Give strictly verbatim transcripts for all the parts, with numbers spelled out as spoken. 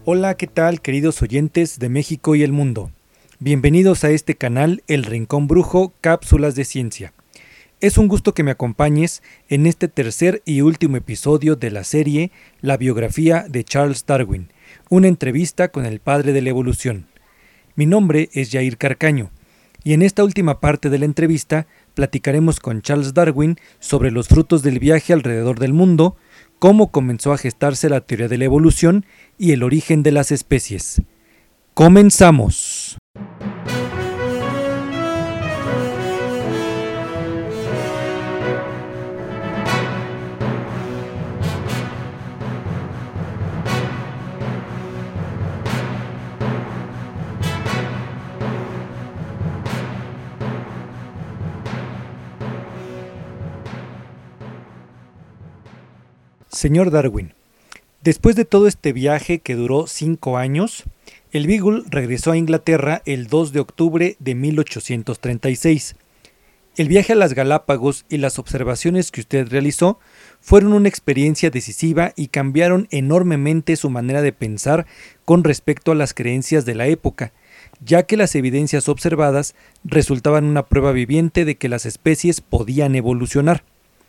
Hola, ¿qué tal, queridos oyentes de México y el mundo? Bienvenidos a este canal El Rincón Brujo, Cápsulas de Ciencia. Es un gusto que me acompañes en este tercer y último episodio de la serie La biografía de Charles Darwin, una entrevista con el padre de la evolución. Mi nombre es Jair Carcaño, y en esta última parte de la entrevista platicaremos con Charles Darwin sobre los frutos del viaje alrededor del mundo, cómo comenzó a gestarse la teoría de la evolución y el origen de las especies. ¡Comenzamos! Señor Darwin, después de todo este viaje que duró cinco años, el Beagle regresó a Inglaterra el dos de octubre de mil ochocientos treinta y seis. El viaje a las Galápagos y las observaciones que usted realizó fueron una experiencia decisiva y cambiaron enormemente su manera de pensar con respecto a las creencias de la época, ya que las evidencias observadas resultaban una prueba viviente de que las especies podían evolucionar.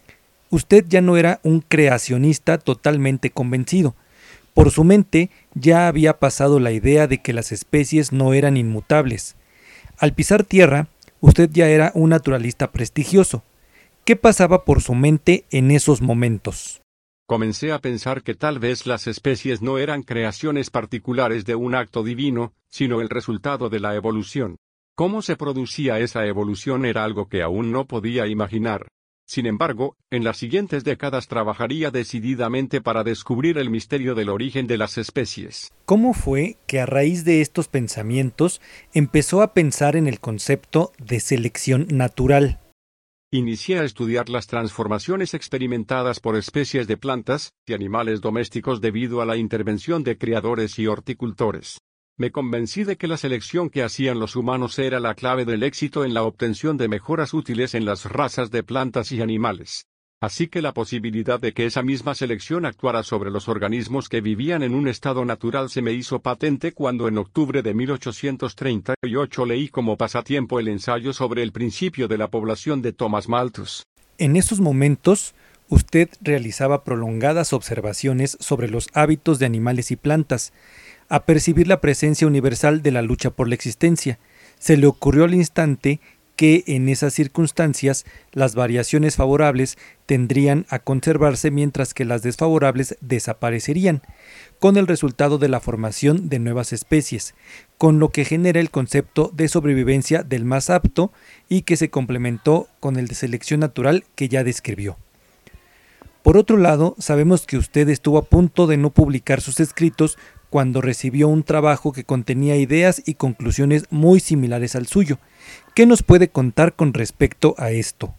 Usted ya no era un creacionista totalmente convencido. Por su mente ya había pasado la idea de que las especies no eran inmutables. Al pisar tierra, usted ya era un naturalista prestigioso. ¿Qué pasaba por su mente en esos momentos? Comencé a pensar que tal vez las especies no eran creaciones particulares de un acto divino, sino el resultado de la evolución. Cómo se producía esa evolución era algo que aún no podía imaginar. Sin embargo, en las siguientes décadas trabajaría decididamente para descubrir el misterio del origen de las especies. ¿Cómo fue que a raíz de estos pensamientos empezó a pensar en el concepto de selección natural? Inicié a estudiar las transformaciones experimentadas por especies de plantas y animales domésticos debido a la intervención de criadores y horticultores. Me convencí de que la selección que hacían los humanos era la clave del éxito en la obtención de mejoras útiles en las razas de plantas y animales. Así que la posibilidad de que esa misma selección actuara sobre los organismos que vivían en un estado natural se me hizo patente cuando en octubre de mil ochocientos treinta y ocho leí como pasatiempo el ensayo sobre el principio de la población de Thomas Malthus. En esos momentos, usted realizaba prolongadas observaciones sobre los hábitos de animales y plantas, a percibir la presencia universal de la lucha por la existencia. Se le ocurrió al instante que en esas circunstancias las variaciones favorables tendrían a conservarse mientras que las desfavorables desaparecerían, con el resultado de la formación de nuevas especies, con lo que genera el concepto de sobrevivencia del más apto y que se complementó con el de selección natural que ya describió. Por otro lado, sabemos que usted estuvo a punto de no publicar sus escritos cuando recibió un trabajo que contenía ideas y conclusiones muy similares al suyo. ¿Qué nos puede contar con respecto a esto?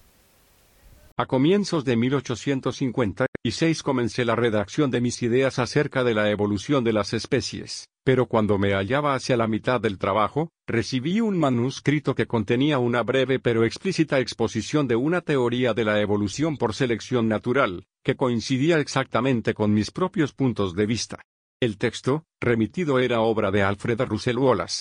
A comienzos de mil ochocientos cincuenta y seis comencé la redacción de mis ideas acerca de la evolución de las especies, pero cuando me hallaba hacia la mitad del trabajo, recibí un manuscrito que contenía una breve pero explícita exposición de una teoría de la evolución por selección natural, que coincidía exactamente con mis propios puntos de vista. El texto, remitido, era obra de Alfred Russel Wallace.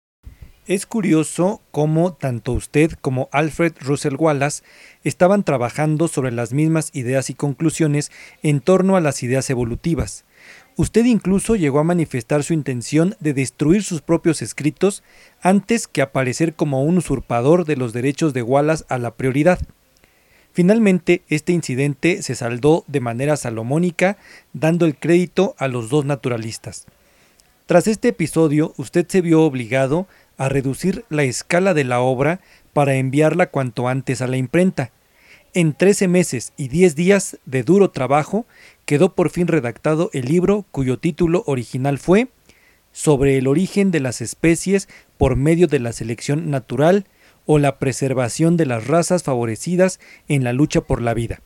Es curioso cómo tanto usted como Alfred Russel Wallace estaban trabajando sobre las mismas ideas y conclusiones en torno a las ideas evolutivas. Usted incluso llegó a manifestar su intención de destruir sus propios escritos antes que aparecer como un usurpador de los derechos de Wallace a la prioridad. Finalmente, este incidente se saldó de manera salomónica, dando el crédito a los dos naturalistas. Tras este episodio, usted se vio obligado a reducir la escala de la obra para enviarla cuanto antes a la imprenta. En trece meses y diez días de duro trabajo, quedó por fin redactado el libro cuyo título original fue Sobre el origen de las especies por medio de la selección natural o la preservación de las razas favorecidas en la lucha por la vida,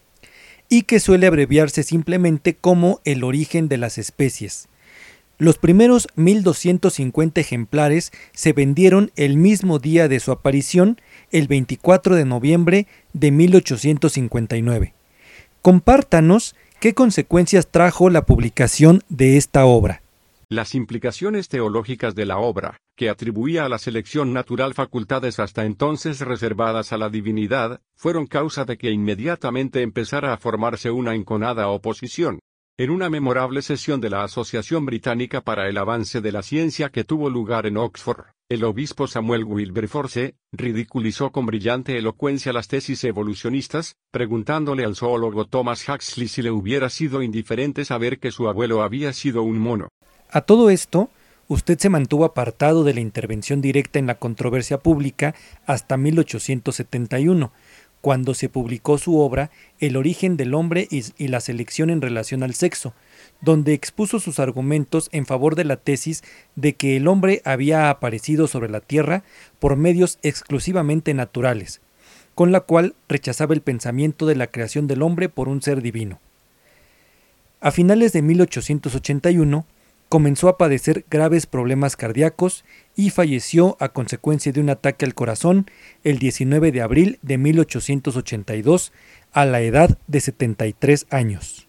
y que suele abreviarse simplemente como El origen de las especies. Los primeros mil doscientos cincuenta ejemplares se vendieron el mismo día de su aparición, el veinticuatro de noviembre de mil ochocientos cincuenta y nueve. Compártanos qué consecuencias trajo la publicación de esta obra. Las implicaciones teológicas de la obra, que atribuía a la selección natural facultades hasta entonces reservadas a la divinidad, fueron causa de que inmediatamente empezara a formarse una enconada oposición. En una memorable sesión de la Asociación Británica para el Avance de la Ciencia que tuvo lugar en Oxford, el obispo Samuel Wilberforce ridiculizó con brillante elocuencia las tesis evolucionistas, preguntándole al zoólogo Thomas Huxley si le hubiera sido indiferente saber que su abuelo había sido un mono. A todo esto, usted se mantuvo apartado de la intervención directa en la controversia pública hasta mil ochocientos setenta y uno, cuando se publicó su obra El origen del hombre y, y la selección en relación al sexo, donde expuso sus argumentos en favor de la tesis de que el hombre había aparecido sobre la Tierra por medios exclusivamente naturales, con la cual rechazaba el pensamiento de la creación del hombre por un ser divino. A finales de mil ochocientos ochenta y uno, comenzó a padecer graves problemas cardíacos y falleció a consecuencia de un ataque al corazón el diecinueve de abril de mil ochocientos ochenta y dos a la edad de setenta y tres años.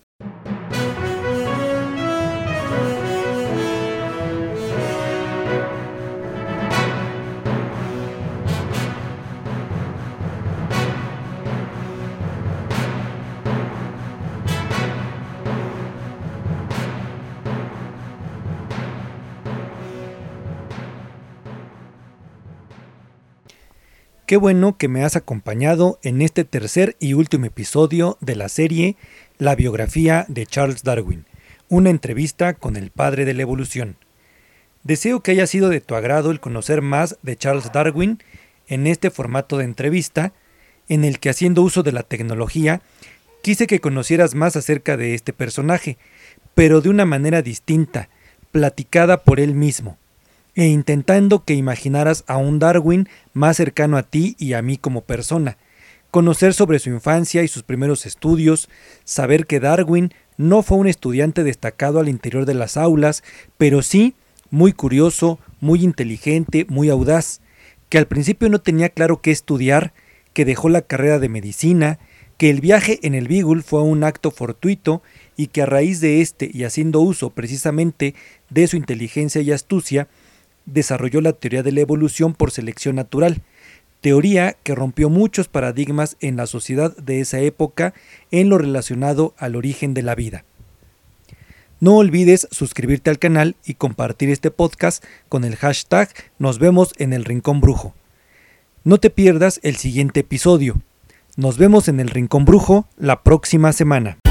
Qué bueno que me has acompañado en este tercer y último episodio de la serie La biografía de Charles Darwin, una entrevista con el padre de la evolución. Deseo que haya sido de tu agrado el conocer más de Charles Darwin en este formato de entrevista, en el que, haciendo uso de la tecnología, quise que conocieras más acerca de este personaje, pero de una manera distinta, platicada por él mismo, e intentando que imaginaras a un Darwin más cercano a ti y a mí como persona, conocer sobre su infancia y sus primeros estudios, saber que Darwin no fue un estudiante destacado al interior de las aulas, pero sí muy curioso, muy inteligente, muy audaz, que al principio no tenía claro qué estudiar, que dejó la carrera de medicina, que el viaje en el Beagle fue un acto fortuito y que a raíz de este y haciendo uso precisamente de su inteligencia y astucia, desarrolló la teoría de la evolución por selección natural, teoría que rompió muchos paradigmas en la sociedad de esa época en lo relacionado al origen de la vida. No olvides suscribirte al canal y compartir este podcast con el hashtag Nos vemos en el Rincón Brujo. No te pierdas el siguiente episodio. Nos vemos en el Rincón Brujo la próxima semana.